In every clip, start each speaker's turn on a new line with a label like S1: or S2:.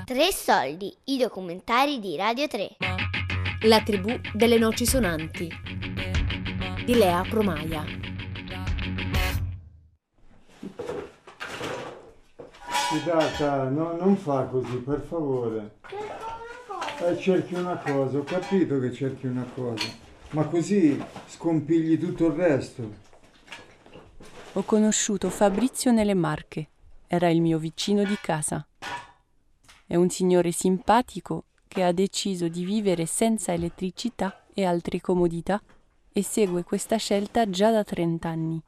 S1: Tre soldi, i documentari di Radio 3.
S2: La tribù delle noci sonanti di Lea Promaia.
S3: Siddhartha, non fa così, per favore. Cerchi una cosa, ho capito che cerchi una cosa, ma così scompigli tutto il resto.
S4: Ho conosciuto Fabrizio nelle Marche, era il mio vicino di casa. È un signore simpatico che ha deciso di vivere senza elettricità e altre comodità e segue questa scelta già da 30 anni.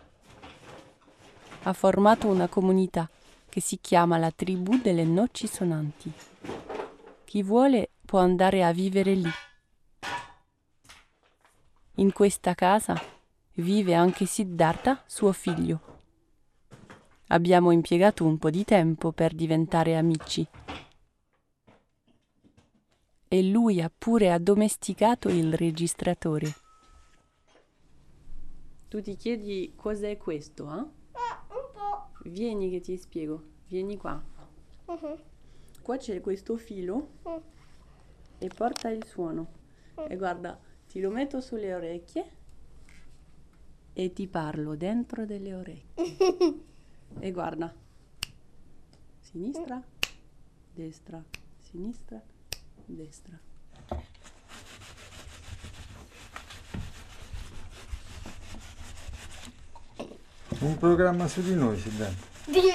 S4: Ha formato una comunità che si chiama la tribù delle noci sonanti. Chi vuole può andare a vivere lì. In questa casa vive anche Siddhartha, suo figlio. Abbiamo impiegato un po' di tempo per diventare amici. E lui ha pure addomesticato il registratore. Tu ti chiedi cos'è questo, eh?
S5: Un po'.
S4: Vieni che ti spiego. Vieni qua. Qua c'è questo filo e porta il suono. E guarda, ti lo metto sulle orecchie e ti parlo dentro delle orecchie. E guarda. Sinistra, destra, sinistra, destra.
S3: Un programma su di noi, Siddhartha.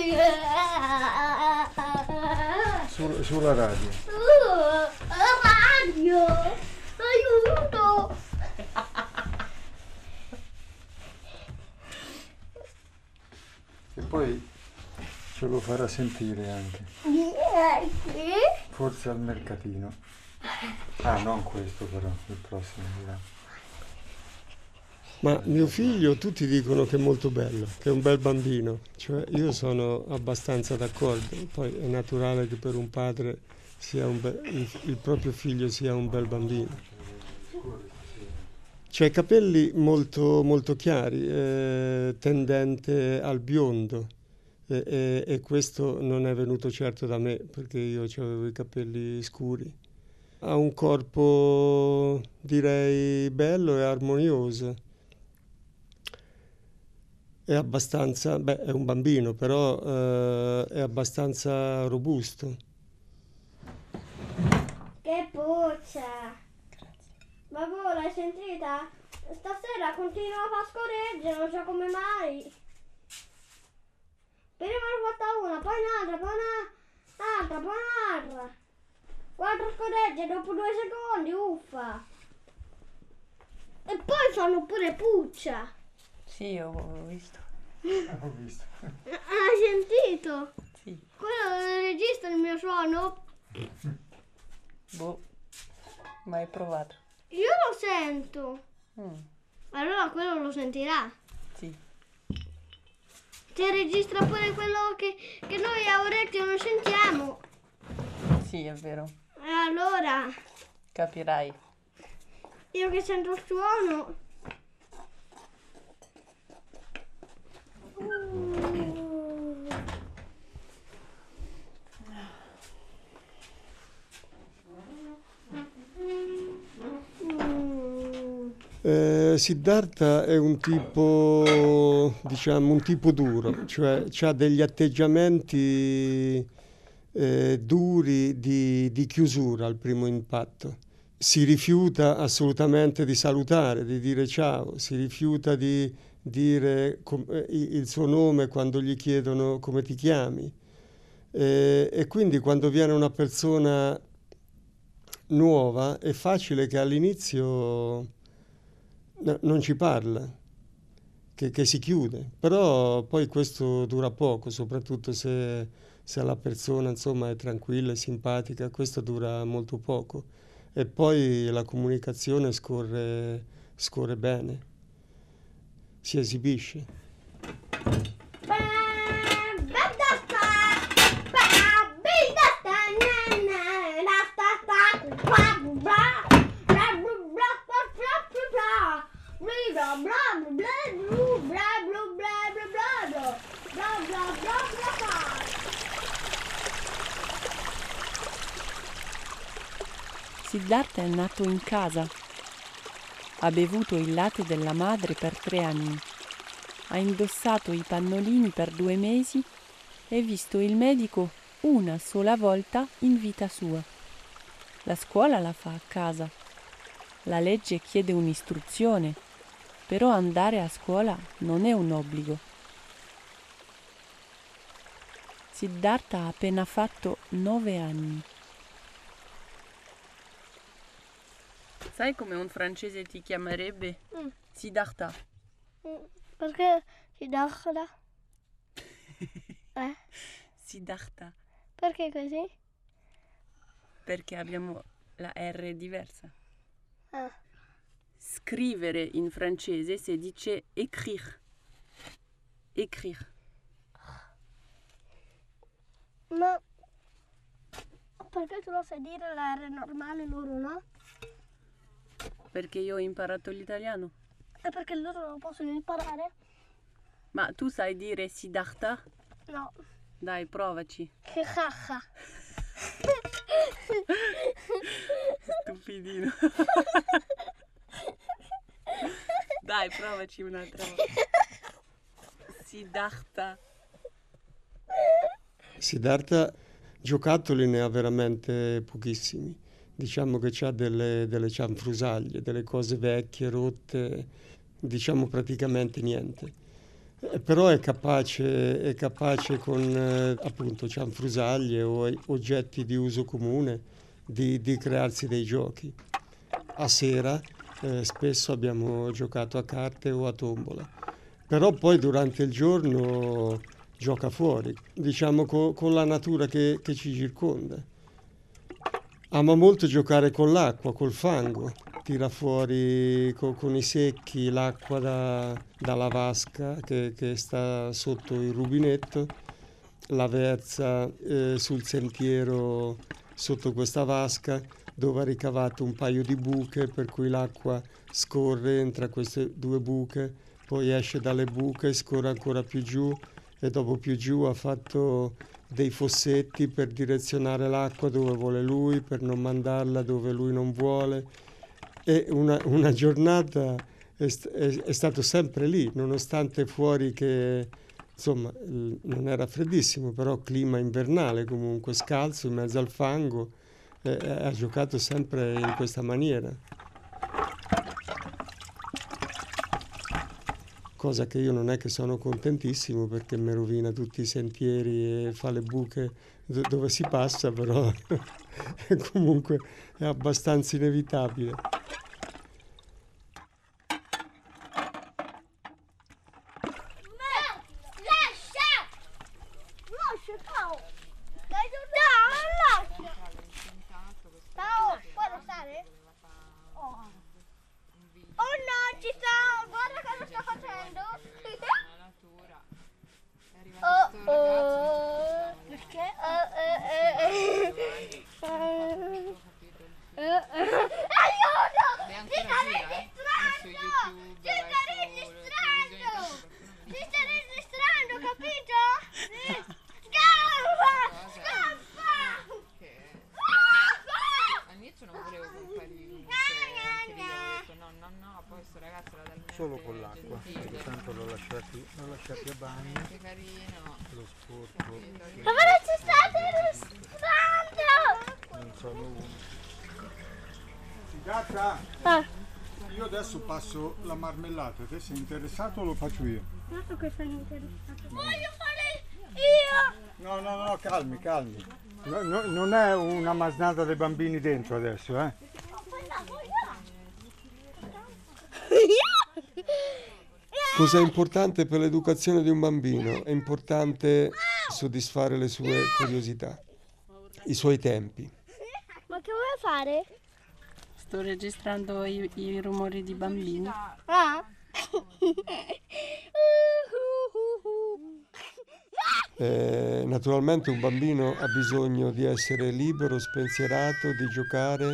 S3: Sulla radio.
S5: Radio! Aiuto!
S3: E poi ce lo farà sentire anche. Forse al mercatino. Ah, non questo però, il prossimo dirà.
S6: Ma mio figlio tutti dicono che è molto bello, che è un bel bambino, cioè io sono abbastanza d'accordo, poi è naturale che per un padre sia il proprio figlio sia un bel bambino. Cioè capelli molto, molto chiari, tendente al biondo e questo non è venuto certo da me perché io avevo i capelli scuri. Ha un corpo direi bello e armonioso. È abbastanza, è un bambino, però è abbastanza robusto.
S5: Che puzza! Babbo, l'hai sentita? Stasera continua a far scorreggere, non so come mai. Prima ne ho fatta una, poi un'altra, poi un'altra, poi un'altra. 4 scorregge dopo 2 secondi, uffa! E poi fanno pure puccia.
S4: Sì, ho visto.
S3: Ho visto.
S5: Hai sentito?
S4: Sì.
S5: Quello registra il mio suono?
S4: Boh, mai provato.
S5: Io lo sento. Allora quello lo sentirà.
S4: Sì.
S5: Se registra pure quello che noi a orecchio non sentiamo.
S4: Sì, è vero.
S5: E allora,
S4: Capirai.
S5: io che sento il suono.
S6: Siddhartha è un tipo, diciamo, un tipo duro, cioè ha degli atteggiamenti duri di chiusura al primo impatto. Si rifiuta assolutamente di salutare, di dire ciao, si rifiuta di dire il suo nome quando gli chiedono come ti chiami. E quindi quando viene una persona nuova è facile che all'inizio non ci parla, che si chiude, però poi questo dura poco, soprattutto se la persona insomma è tranquilla e simpatica, questo dura molto poco e poi la comunicazione scorre bene, si esibisce.
S4: Siddhartha è nato in casa. Ha bevuto il latte della madre per 3 anni. Ha indossato i pannolini per 2 mesi e visto il medico una sola volta in vita sua. La scuola la fa a casa. La legge chiede un'istruzione, però andare a scuola non è un obbligo. Siddhartha ha appena fatto 9 anni. Sai come un francese ti chiamerebbe? Siddhartha.
S5: Perché Siddhartha?
S4: Siddhartha,
S5: Perché così?
S4: perché abbiamo la R diversa.
S5: Ah.
S4: Scrivere in francese si dice écrire. Écrire.
S5: Ma perché tu lo sai dire la R normale, loro no?
S4: Perché io ho imparato l'italiano.
S5: E perché loro non lo possono imparare?
S4: Ma tu sai dire Siddhartha?
S5: No.
S4: Dai, provaci.
S5: Che cacca.
S4: Stupidino. Dai, provaci un'altra volta. Siddhartha.
S6: Siddhartha giocattoli ne ha veramente pochissimi. Diciamo che c'ha delle cianfrusaglie, delle cose vecchie, rotte, diciamo praticamente niente. Però è capace con appunto cianfrusaglie o oggetti di uso comune di crearsi dei giochi. A sera spesso abbiamo giocato a carte o a tombola, però poi durante il giorno gioca fuori, diciamo con la natura che ci circonda. Ama molto giocare con l'acqua, col fango, tira fuori con i secchi l'acqua dalla vasca che sta sotto il rubinetto, la versa sul sentiero sotto questa vasca dove ha ricavato un paio di buche per cui l'acqua scorre, entra queste 2 buche, poi esce dalle buche, scorre ancora più giù e dopo più giù ha fatto dei fossetti per direzionare l'acqua dove vuole lui, per non mandarla dove lui non vuole. E una giornata è stato sempre lì, nonostante fuori che insomma non era freddissimo, però clima invernale comunque, scalzo in mezzo al fango, ha giocato sempre in questa maniera. Cosa che io non è che sono contentissimo perché mi rovina tutti i sentieri e fa le buche dove si passa, però comunque è abbastanza inevitabile.
S5: Lascia, ciao! Dai, lascia! Ciao, puoi restare? Oh. Oh no, ci sta! Guarda cosa sto facendo! Perché? Aiuto! Si sta registrando! Si sta registrando! Si sta registrando, capito? Scappa! Scappa!
S7: All'inizio non volevo comparire, anche lì ho detto no, poi sto ragazzo era talmente
S3: Solo con l'acqua, perché
S7: gentile,
S3: tanto l'ho lasciati a bagno,
S7: che carino.
S3: lo sporco,
S5: Ma non ci state registrando!
S3: non sono uno. Siddhartha, io adesso passo la marmellata, te sei interessato o lo faccio io?
S5: Certo che sono interessato. Voglio fare io!
S3: No, calmi. Non è una masnada dei bambini dentro adesso, eh?
S6: Cos'è importante per l'educazione di un bambino? È importante soddisfare le sue curiosità, i suoi tempi.
S5: Ma che vuoi fare?
S4: Sto registrando i rumori di bambini.
S5: Ah?
S6: Naturalmente un bambino ha bisogno di essere libero, spensierato, di giocare.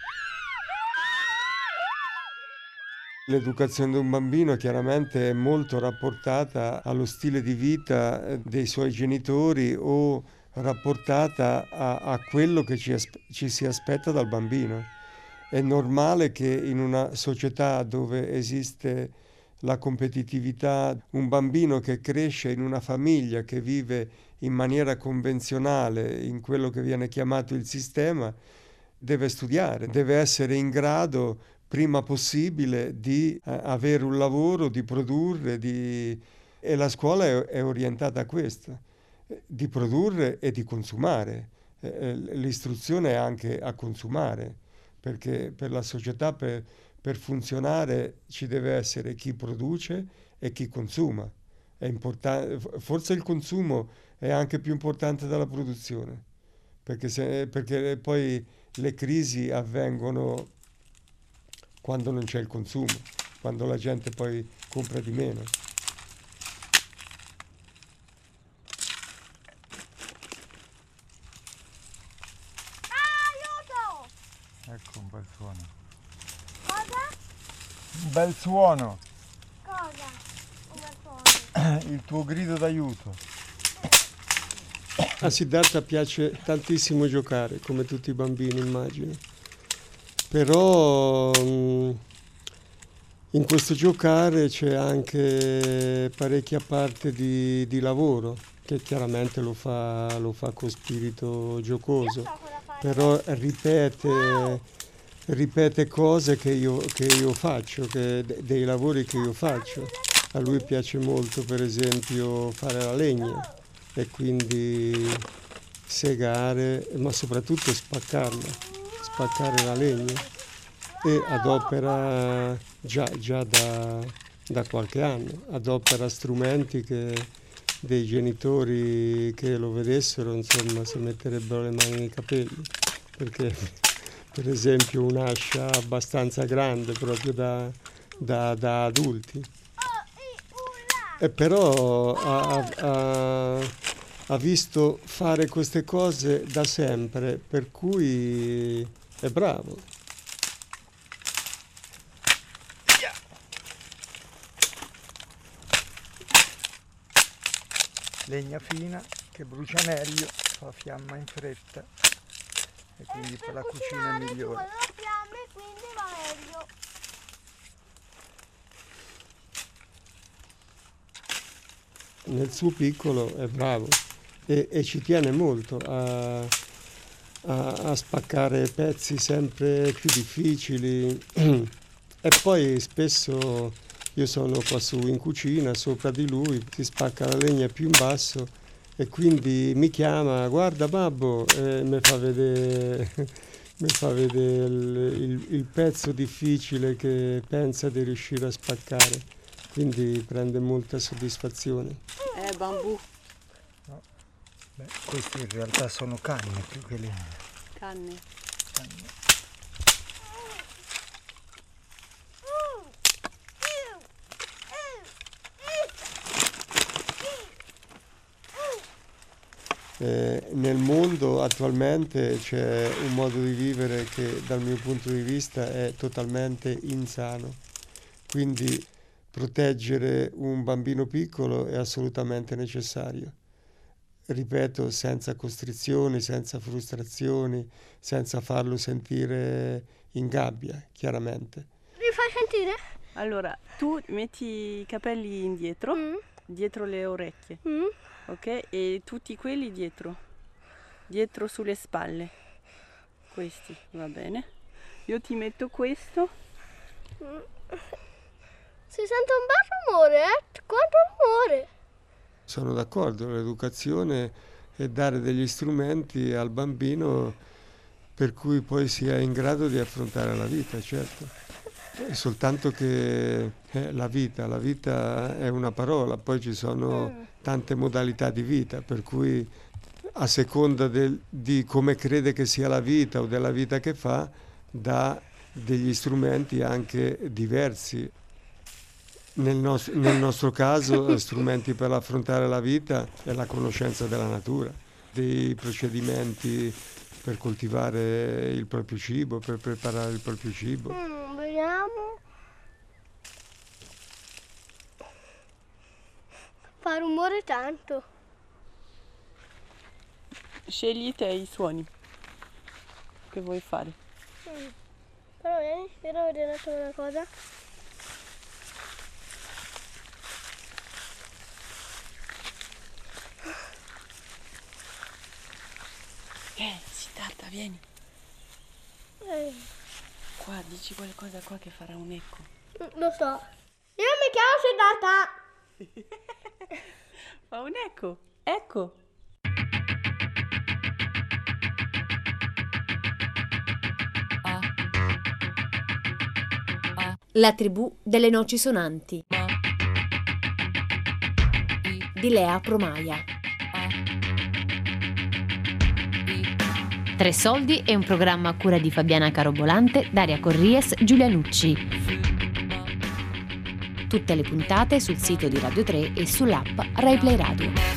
S6: L'educazione di un bambino chiaramente è molto rapportata allo stile di vita dei suoi genitori o rapportata a quello che ci si aspetta dal bambino. È normale che in una società dove esiste la competitività, un bambino che cresce in una famiglia che vive in maniera convenzionale in quello che viene chiamato il sistema, deve studiare, deve essere in grado prima possibile di avere un lavoro, di produrre, e la scuola è orientata a questo, di produrre e di consumare. L'istruzione è anche a consumare, perché per la società, per funzionare, ci deve essere chi produce e chi consuma. È forse il consumo è anche più importante della produzione, perché poi le crisi avvengono quando non c'è il consumo, quando la gente poi compra di meno.
S3: Ecco un bel suono.
S5: Cosa?
S3: Un bel suono!
S5: Cosa? Un bel suono.
S3: Il tuo grido d'aiuto.
S6: A Siddhartha piace tantissimo giocare, come tutti i bambini, immagino. Però in questo giocare c'è anche parecchia parte di lavoro, che chiaramente lo fa con spirito giocoso, però ripete cose che io faccio, dei lavori che io faccio. A lui piace molto, per esempio, fare la legna e quindi segare, ma soprattutto spaccare la legna, e adopera già da qualche anno, adopera strumenti che dei genitori che lo vedessero, insomma, si metterebbero le mani nei capelli, perché per esempio un'ascia abbastanza grande proprio da adulti. E però ha visto fare queste cose da sempre, per cui è bravo.
S3: Legna fina che brucia meglio, fa fiamma in fretta e quindi per la cucina è migliore.
S5: Fiamme, quindi va meglio.
S6: Nel suo piccolo è bravo e ci tiene molto a spaccare pezzi sempre più difficili. E poi spesso io sono qua su in cucina, sopra di lui, si spacca la legna più in basso e quindi mi chiama: guarda babbo, e mi fa vedere il pezzo difficile che pensa di riuscire a spaccare. Quindi prende molta soddisfazione.
S4: Bambù.
S3: No. Beh, questi in realtà sono canne più che legna.
S4: Canne.
S6: Nel mondo attualmente c'è un modo di vivere che dal mio punto di vista è totalmente insano. Quindi proteggere un bambino piccolo è assolutamente necessario. Ripeto, senza costrizioni, senza frustrazioni, senza farlo sentire in gabbia, chiaramente.
S5: Mi fai sentire?
S4: Allora, tu metti i capelli indietro, dietro le orecchie, ok? E tutti quelli dietro sulle spalle. Questi, va bene. Io ti metto questo.
S5: Si sente un bel rumore, Quanto rumore!
S6: Sono d'accordo, l'educazione è dare degli strumenti al bambino per cui poi sia in grado di affrontare la vita, certo. È soltanto che la vita è una parola, poi ci sono tante modalità di vita, per cui a seconda di come crede che sia la vita o della vita che fa, dà degli strumenti anche diversi. Nel nostro caso, strumenti per affrontare la vita è la conoscenza della natura, dei procedimenti per coltivare il proprio cibo, per preparare il proprio cibo.
S5: Vediamo. Fa rumore tanto.
S4: Scegli te i suoni che vuoi fare.
S5: Però vieni, vieni a vedere un attimo una cosa.
S4: Siddhartha, vieni. Qua, dici qualcosa qua che farà un eco.
S5: Lo so. Io mi chiamo Siddhartha.
S4: Fa un eco. Ecco.
S2: La tribù delle noci sonanti di Lea Promaia.
S8: Tre soldi è un programma a cura di Fabiana Carobolante, Daria Corries, Giulia Nucci. Tutte le puntate sul sito di Radio 3 e sull'app RaiPlay Radio.